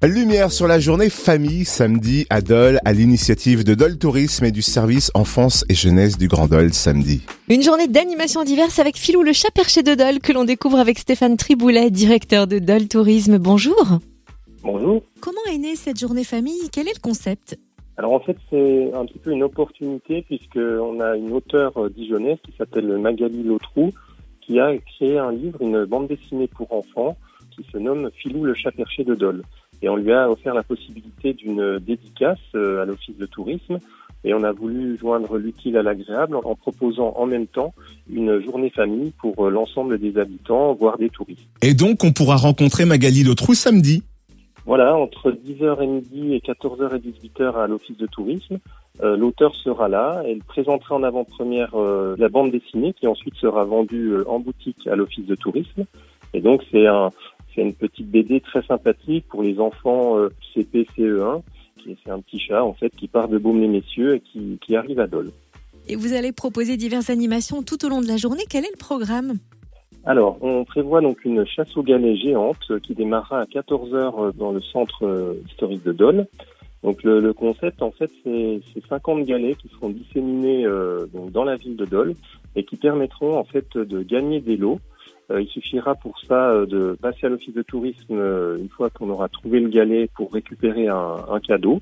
Lumière sur la journée famille samedi à Dole à l'initiative de Dole Tourisme et du service enfance et jeunesse du Grand Dole samedi. Une journée d'animation diverse avec Philou le chat perché de Dole que l'on découvre avec Stéphane Triboulet, directeur de Dole Tourisme. Bonjour. Bonjour. Comment est née cette journée famille ? Quel est le concept ? Alors en fait c'est un petit peu une opportunité puisqu'on a une auteure dijonnaise qui s'appelle Magali Lautrou qui a créé un livre, une bande dessinée pour enfants qui se nomme Philou le chat perché de Dole. Et on lui a offert la possibilité d'une dédicace à l'office de tourisme. Et on a voulu joindre l'utile à l'agréable en proposant en même temps une journée famille pour l'ensemble des habitants, voire des touristes. Et donc, on pourra rencontrer Magali Lautrou samedi. Voilà, entre 10h et midi et 14h et 18h à l'office de tourisme. L'auteur sera là. Elle présentera en avant-première la bande dessinée qui ensuite sera vendue en boutique à l'office de tourisme. Et donc, c'est une petite BD très sympathique pour les enfants CP, CE1. C'est un petit chat en fait qui part de Baume-les-Messieurs et qui arrive à Dole. Et vous allez proposer diverses animations tout au long de la journée. Quel est le programme ? Alors, on prévoit donc une chasse aux galets géante qui démarrera à 14h dans le centre historique de Dole. Donc le concept en fait c'est 50 galets qui seront disséminés donc dans la ville de Dole et qui permettront en fait de gagner des lots. Il suffira pour ça de passer à l'office de tourisme une fois qu'on aura trouvé le galet pour récupérer un cadeau.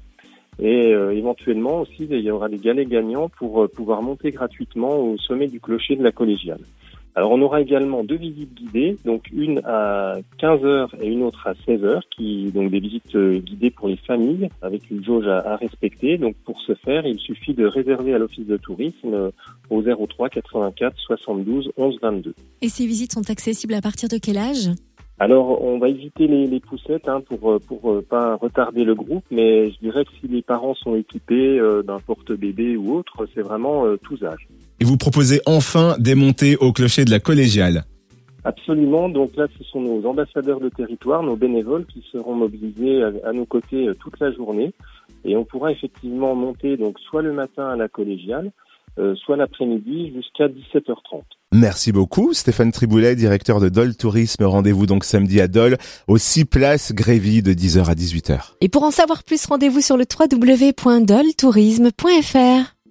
Et éventuellement aussi, il y aura des galets gagnants pour pouvoir monter gratuitement au sommet du clocher de la collégiale. Alors on aura également 2 visites guidées, donc une à 15h et une autre à 16h, donc des visites guidées pour les familles avec une jauge à respecter. Donc pour ce faire, il suffit de réserver à l'office de tourisme au 03 84 72 11 22. Et ces visites sont accessibles à partir de quel âge ? Alors, on va éviter les poussettes pour pas retarder le groupe, mais je dirais que si les parents sont équipés d'un porte-bébé ou autre, c'est vraiment tous âges. Et vous proposez enfin des montées au clocher de la collégiale. Absolument. Donc là, ce sont nos ambassadeurs de territoire, nos bénévoles qui seront mobilisés à nos côtés toute la journée. Et on pourra effectivement monter donc soit le matin à la collégiale, soit l'après-midi jusqu'à 17h30. Merci beaucoup Stéphane Triboulet, directeur de Dole Tourisme. Rendez-vous donc samedi à Dole, au 6 place Grévy de 10h à 18h. Et pour en savoir plus, rendez-vous sur le www.doletourisme.fr.